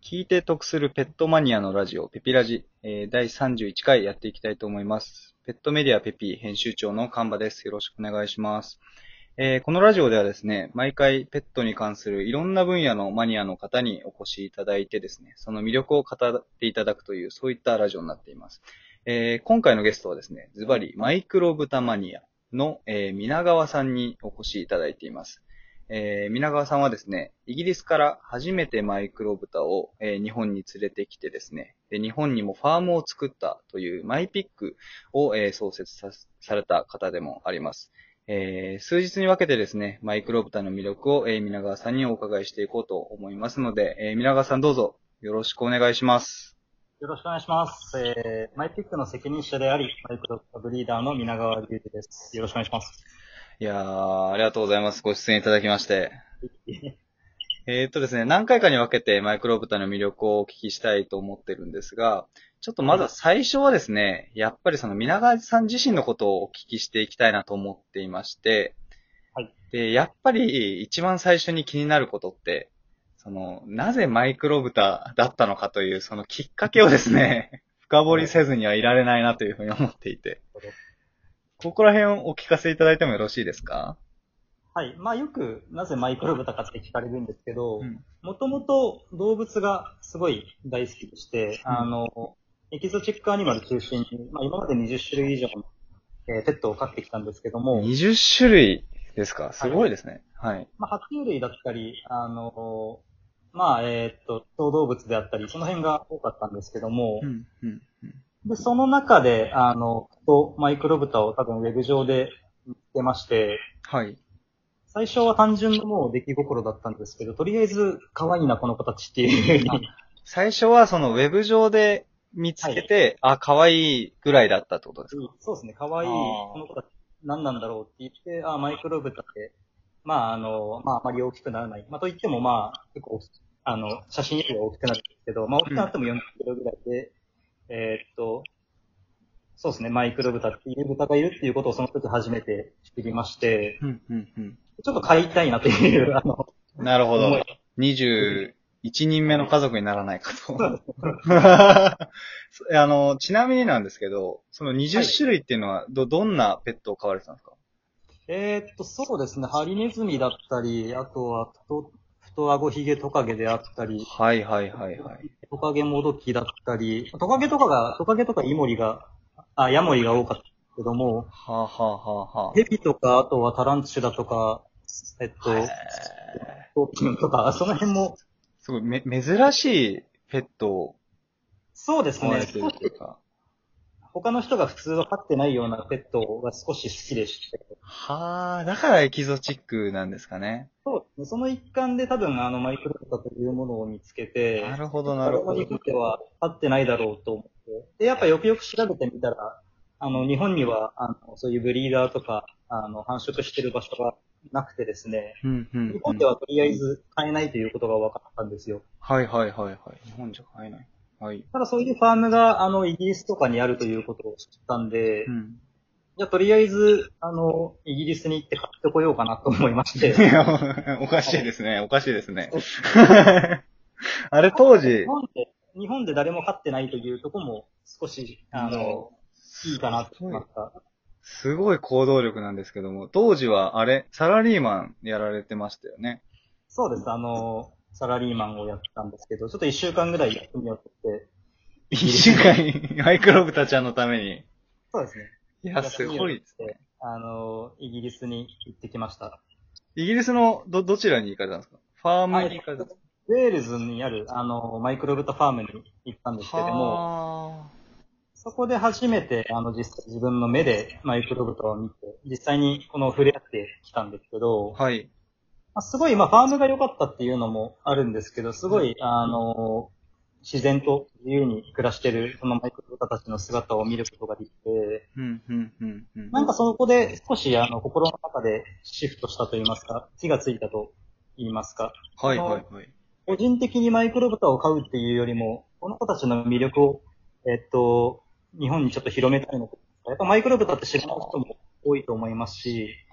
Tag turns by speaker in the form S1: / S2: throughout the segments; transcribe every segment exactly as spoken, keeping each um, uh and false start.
S1: 聞いて得するペットマニアのラジオ、ペピラジ、えー、だいさんじゅういっかいやっていきたいと思います。ペットメディアペピ編集長のカンバです。よろしくお願いします。えー、このラジオではですね、毎回ペットに関するいろんな分野のマニアの方にお越しいただいてですね、その魅力を語っていただくという、そういったラジオになっています。えー、今回のゲストはですね、ズバリマイクロブタマニアの、えー、皆川さんにお越しいただいています。えー、皆川さんはですね、イギリスから初めてマイクロブタを、えー、日本に連れてきてですね、で、日本にもファームを作ったというマイピックを、えー、創設さ、された方でもあります。えー、数日に分けてですね、マイクロブタの魅力を、えー、皆川さんにお伺いしていこうと思いますので、えー、皆川さんどうぞよろしくお願いします。
S2: よろしくお願いします。えー、マイピックの責任者であり、マイクロブタブリーダーの皆川隆二です。よろしくお願いします。
S1: いやー、ありがとうございます。ご出演いただきまして。えーっとですね、何回かに分けてマイクロブタの魅力をお聞きしたいと思ってるんですが、ちょっとまずは最初はですね、やっぱりその皆川さん自身のことをお聞きしていきたいなと思っていまして、
S2: はい。
S1: で、やっぱり一番最初に気になることって、その、なぜマイクロブタだったのかという、そのきっかけをですね、深掘りせずにはいられないなというふうに思っていて、ここら辺をお聞かせいただいてもよろしいですか？
S2: はい。まあよく、なぜマイクロブタかって聞かれるんですけど、
S1: うん。
S2: もともと動物がすごい大好きでして、あの、エキゾチックアニマル中心に、まあ今までにじゅっしゅるい以上の、えーペットを飼ってきたんですけども、
S1: にじゅっしゅるいですか？す
S2: はい。
S1: ごいですね。はい。
S2: まあ、爬虫類だったり、あの、まあ、えーっと、小動物であったり、その辺が多かったんですけども、
S1: うん、うん、うん。
S2: で、その中で、あの、とマイクロブタを多分ウェブ上で見つけまして、
S1: はい。
S2: 最初は単純なもう出来心だったんですけど、とりあえず可愛いな、この子たちっていうふう
S1: あ、
S2: に。
S1: 最初はそのウェブ上で見つ
S2: はい。
S1: けて、あ、可愛いぐらいだったってことですか？
S2: そうですね、可愛い、こ
S1: ああ。
S2: の子たち何なんだろうって言って、あ、マイクロブタって、まあ、あの、まあ、あまり大きくならない。まあ、と言っても、まあ、結構、あの、写真よりは大きくなるんですけど、まあ、大きく
S1: うん。
S2: なってもよんじゅっキロぐらいで、えーっと、そうですね、マイクロブタっていう豚がいるっていうことをその時初めて知りまして、
S1: うん、うん、うん。
S2: ちょっと飼いたいなという、あの、
S1: なるほど。
S2: 思い。
S1: にじゅういちにんめの家族にならないかと。
S2: そうですね。
S1: あの、ちなみになんですけど、その20
S2: はい。
S1: 種類っていうのは、ど、どんなペットを飼われてたんですか？
S2: えーっと、そうですね、ハリネズミだったり、あとは、太、太あごひげトカゲであったり、
S1: はいはいはいはい。
S2: トカゲモドキだったり、トカゲとかが、トカゲとかイモリが、あ、ヤモリが多かったけども、
S1: はあ、はあはあは
S2: ヘビとか、あとはタランチュラとか、えっ
S1: あ。へ
S2: と、
S1: え。
S2: スコーピオンとか、その辺も、
S1: すごい、め、珍しいペットを
S2: そうですね、
S1: 飼われてる
S2: 少し
S1: っていうか。
S2: 他の人が普通は飼ってないようなペットが少し好きでして、
S1: はあ、だからエキゾチックなんですかね。
S2: そうですね、その一環で多分あのマイクロブタというものを見つけて、
S1: なるほどなるほど。
S2: 誰も日本では飼ってないだろうと思って、で、やっぱよくよく調べてみたら、あの、日本には、あの、そういうブリーダーとか、あの、繁殖してる場所がなくてですね、
S1: うん、うん、
S2: 日
S1: うん。
S2: 本ではとりあえず飼えないということが分かったんですよ。
S1: はいはいはいはい。日本じゃ飼えない。はい。
S2: ただそういうファームが、あの、イギリスとかにあるということを知ったんで、
S1: うん。
S2: じゃあとりあえず、あの、イギリスに行って買ってこようかなと思いまし
S1: い
S2: て、
S1: や、おかしいですね。おかしいですね。
S2: そう
S1: あれ当時、
S2: 日本で、日本で誰も飼ってないというところも少し、あ
S1: も
S2: の、いいかなと
S1: う、すごい、
S2: 思いました。
S1: すごい行動力なんですけども、当時はあれ、サラリーマンやられてましたよね。
S2: そうです。あの、サラリーマンをやってたんですけど、ちょっと一週間ぐらい休みを取って、イギリス
S1: 一週間
S2: に、
S1: マイクロブタちゃんのために。
S2: そうですね。
S1: いや、す
S2: 休みを
S1: ごいですね。
S2: 取って、あの、イギリスに行ってきました。
S1: イギリスのど、どちらに行かれたんですか？ファーム
S2: あ、えっ
S1: に行かれたんです
S2: と、ウェールズにある、あの、マイクロブタファームに行ったんです
S1: か？
S2: けども、
S1: は
S2: そこで初めて、あの、実際自分の目でマイクロブタを見て、実際にこの触れ合ってきたんですけど、
S1: ー。はい。
S2: まあ、すごい、まあ、ファームが良かったっていうのもあるんですけど、すごい、あの、自然と自由に暮らしてる、そのマイクロブタたちの姿を見ることができて、
S1: うん、うん、うん、うん。
S2: なんかそこで少し、あの、心の中でシフトしたと言いますか、気がついたと言いますか、
S1: はい、はい、
S2: その、
S1: はい。
S2: 個人的にマイクロブタを飼うっていうよりも、この子たちの魅力を、えっと、日本にちょっと広めたいのと、やっぱマイクロブタって知らない人も多いと思いますし、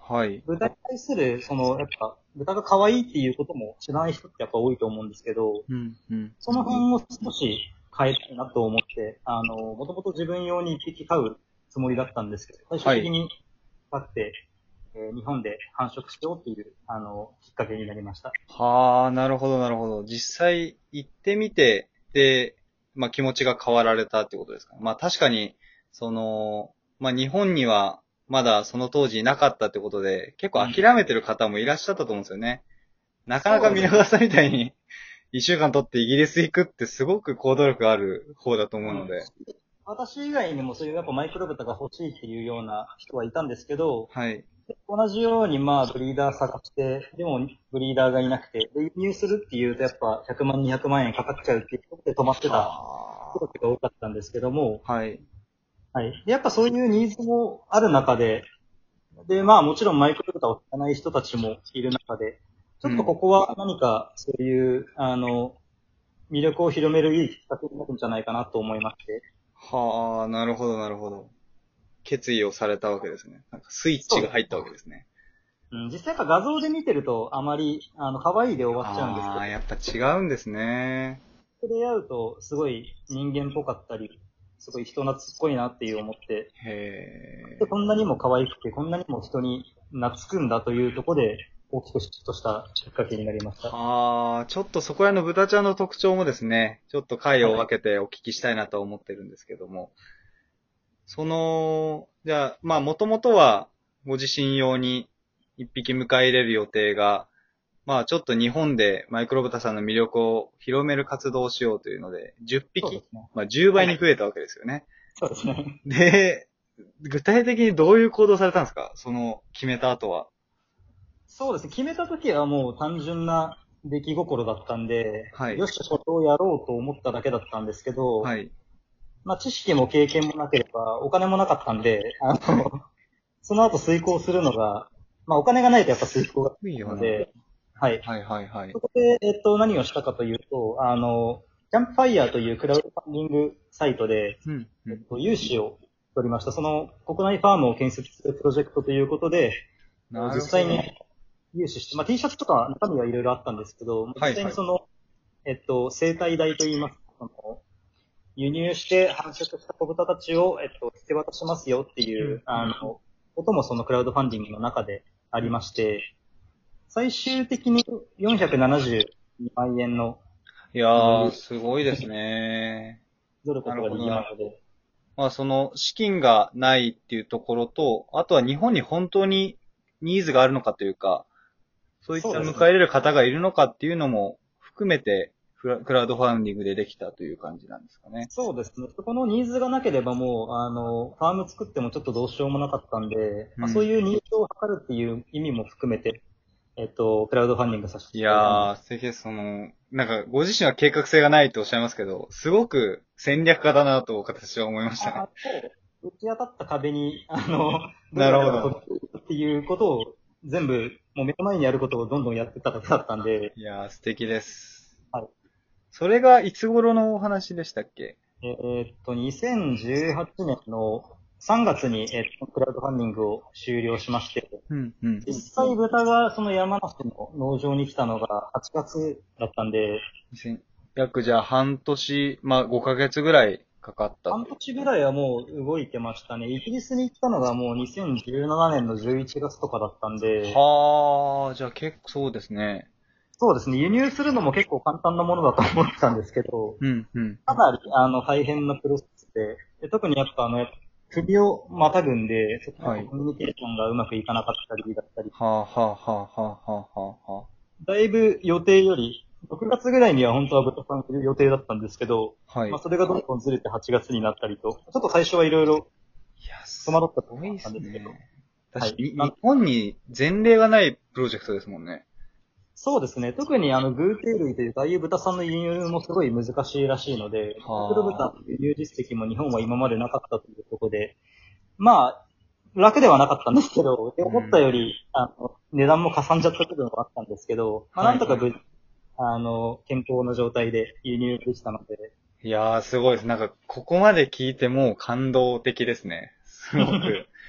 S1: はい。
S2: 豚に対する、その、やっぱ、豚が可愛いっていうことも知らない人ってやっぱ多いと思うんですけど、
S1: うん、うん。
S2: その辺を少し変えたいなと思って、あの、もともと自分用に一匹飼うつもりだったんですけど、最
S1: はい。
S2: 終的に飼って、えー日本で繁殖しようっていう、あの、きっかけになりました。
S1: はあ、なるほど、なるほど。実際行ってみて、で、まあ気持ちが変わられたってことですか。まあ確かに、その、まあ日本にはまだその当時いなかったってことで、結構諦めてる方もいらっしゃったと思うんですよね。なかなか
S2: そうですね。
S1: 皆川さんみたいに一週間取ってイギリス行くってすごく行動力がある方だと思う
S2: うん、
S1: ので。
S2: 私以外にもそういうやっぱマイクロブタが欲しいっていうような人はいたんですけど、
S1: はい。
S2: 同じようにまあブリーダー探して、でもブリーダーがいなくて、で輸入するっていうとやっぱひゃくまん、にひゃくまん円かかっちゃうっていうことで止まってた人
S1: は
S2: たちが多かったんですけども、
S1: あ。はい。
S2: はい。でやっぱそういうニーズもある中で、でまあもちろんマイクロブタを知らない人たちもいる中で、ちょっとこ
S1: うん。
S2: こは何かそういう、あの、魅力を広めるいいきっかけになるんじゃないかなと思いまして、
S1: はあ、なるほど、なるほど。決意をされたわけですね。なんかスイッチ
S2: そうです。
S1: が入ったわけですね。
S2: うん、実際やっぱ画像で見てるとあまり、あの、可愛いで終わっちゃうんですけ
S1: ああ、
S2: ど、
S1: やっぱ違うんですね。
S2: 出会うとすごい人間っぽかったり、すごい人懐っこいなっていう思って、
S1: へ
S2: で、
S1: え。
S2: こんなにも可愛くて、こんなにも人に懐くんだというところで、大きくシフトしたきっかけになりました。
S1: はあ、ちょっとそこらの豚ちゃんの特徴もですね、ちょっと回を
S2: はい。
S1: 分けてお聞きしたいなと思ってるんですけども、その、じゃあ、まあ、もともとはご自身用に一匹迎え入れる予定が、まあ、ちょっと日本でマイクロブタさんの魅力を広める活動をしようというので、じゅっぴき、
S2: そうですね。
S1: まあ、じゅうばい
S2: はい。
S1: に増えたわけですよね。
S2: そうですね。
S1: で、具体的にどういう行動されたんですか、その決めた後は。
S2: そうですね。決めた時はもう単純な出来心だったんで、
S1: はい。
S2: よし、これをやろうと思っただけだったんですけど、
S1: はい。
S2: まあ知識も経験もなければ、お金もなかったんで、あ
S1: はい。
S2: の、その後遂行するのが、まあお金がないとやっぱ遂行が
S1: いいよな。
S2: ないので、はい。
S1: はいはいはい。
S2: そこで、えっと、何をしたかというと、あの、キャンプファイヤーというクラウドファンディングサイトで、
S1: うん、うん。
S2: えっと、融資を取りました。その国内ファームを建設するプロジェクトということで、
S1: なるほど。
S2: 実際に融資して、まあ T シャツとか中身はいろいろあったんですけど、実
S1: はいはい。
S2: 際にその、えっと、生態代といいますか、その輸入して繁殖した子豚たちを、えっと、引き渡しますよっていう、
S1: うん、うん。
S2: あの、こともそのクラウドファンディングの中でありまして、最終的によんひゃくななじゅうにまん円の、
S1: いや
S2: あの、
S1: ー、すごいですね。
S2: 取るこ
S1: なるほど、
S2: とができ
S1: なるほど。
S2: まして、
S1: まあ、その、資金がないっていうところと、あとは日本に本当にニーズがあるのかというか、そういった迎え
S2: そうですね。
S1: 入れる方がいるのかっていうのも含めて、クラクラウドファンディングでできたという感じなんですかね。
S2: そうですね。そこのニーズがなければもう、あの、ファーム作ってもちょっとどうしようもなかったんで、まあ、そう
S1: うん。
S2: いうニーズを測るっていう意味も含めて、えっと、クラウドファンディングさせて
S1: い
S2: いただいたんです。
S1: やー、素敵です。その、なんか、ご自身は計画性がないとおっしゃいますけど、すごく戦略家だなと私は思いましたね。
S2: あ、そう、打ち当たった壁に、あの、どう
S1: な
S2: やれば飛
S1: るほど。
S2: ぶっていうことを全部、もう目の前にやることをどんどんやってただけだったんで、
S1: いやー、素敵です。
S2: はい。
S1: それがいつ頃のお話でしたっけ？
S2: えーっと、にせんじゅうはちねんのさんがつに、えっと、クラウドファンディングを終了しまして、
S1: うん、うん、
S2: 実際豚がその山梨の農場に来たのがはちがつだったんで、
S1: うん。約じゃあ半年、まあごかげつぐらいかかった
S2: 半
S1: という。
S2: 年ぐらいはもう動いてましたね。イギリスに行ったのがもうにせんじゅうななねんのじゅういちがつとかだったんで、
S1: はあ、じゃあ結構そうですね。
S2: そうですね、輸入するのも結構簡単なものだと思ってたんですけど、
S1: うん、うん。
S2: かなりあの大変なプロセスで、で特にやっぱあの、首をまたぐんで、そこ
S1: はい。
S2: のコミュニケーションがうまくいかなかったりだったり、
S1: はあ、はあ、はあ、はあ、はあ、はあ。は
S2: だいぶ予定より、ろくがつぐらいには本当は豚さん来る予定だったんですけど、
S1: あ。はい。
S2: まあそれがどんどんずれてはちがつになったりと、ちょっと最初はいろいろ
S1: いや、
S2: 戸惑
S1: す
S2: ったところもあったん
S1: ごいです
S2: ですけど、
S1: ね。
S2: はい。
S1: 確かに、
S2: なん
S1: 日本に前例がないプロジェクトですもんね。
S2: そうですね。特にあの、偶蹄類というか、ああいう豚さんの輸入もすごい難しいらしいので、マイクロ豚
S1: はあ。
S2: の輸入実績も日本は今までなかったというところで、まあ、楽ではなかったんですけど、で思った
S1: うん。
S2: より、あの、値段もかさんじゃった部分もあったんですけど、まあ
S1: はい、はい。
S2: なんとか無事、あの、健康な状態で輸入できたので、
S1: いやー、すごいです。なんか、ここまで聞いてもう感動的ですね。すごく。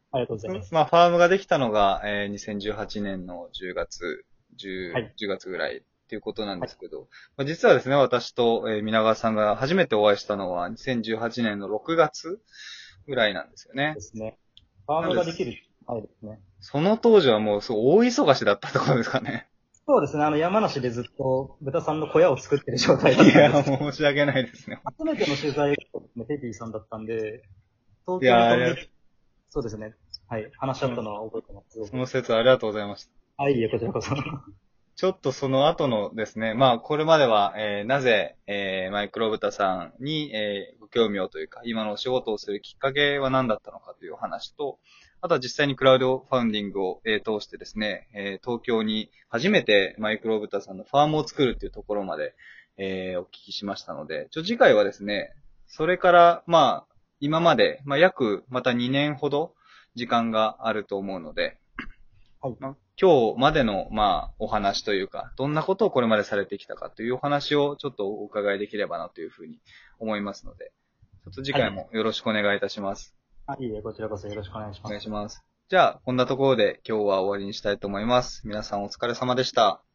S2: ありがとうございます。
S1: まあ、ファームができたのが、えー、にせんじゅうはちねんのじゅうがつ、10、
S2: はい。
S1: じゅうがつぐらいっていうことなん
S2: はい。
S1: ですけど、まあ、実はですね、私と、えー、皆川さんが初めてお会いしたのはにせんじゅうはちねんのろくがつぐらいなんですよね。
S2: ですね。ファー
S1: なんです。
S2: ムができる前ですね。
S1: その当時はもうすごい大忙しだったところですかね。
S2: そうですね。あの、山梨でずっと豚さんの小屋を作ってる状態だっ
S1: いや、
S2: たんですけど、
S1: 申し訳ないですね。
S2: 初めての取材がですね、ペピーさんだったんで、東京に
S1: いや、あれ、
S2: 飛んで、そうですね。はい。話し合ったのは覚えてます。すご
S1: その
S2: く。
S1: 説ありがとうございました。
S2: はい、いえ、こちらこそ。
S1: ちょっとその後のですね、まあ、これまでは、えーなぜ、えーマイクロブタさんに、えーご興味をというか、今のお仕事をするきっかけは何だったのかというお話と、あとは実際にクラウドファウンディングを、えー通してですね、えー東京に初めてマイクロブタさんのファームを作るっていうところまで、えーお聞きしましたので、ちょ、次回はですね、それから、まあ、今まで、まあ、約、またにねんほど時間があると思うので、
S2: はい。
S1: まあ、今日までの、まあ、お話というか、どんなことをこれまでされてきたかというお話をちょっとお伺いできればなというふうに思いますので、ちょっと次
S2: はい。
S1: 回もよろしくお願いいたします。
S2: はい、いいえ、こちらこそよろしくお願いし
S1: お
S2: ます。
S1: 願いします。じゃあ、こんなところで今日は終わりにしたいと思います。皆さんお疲れ様でした。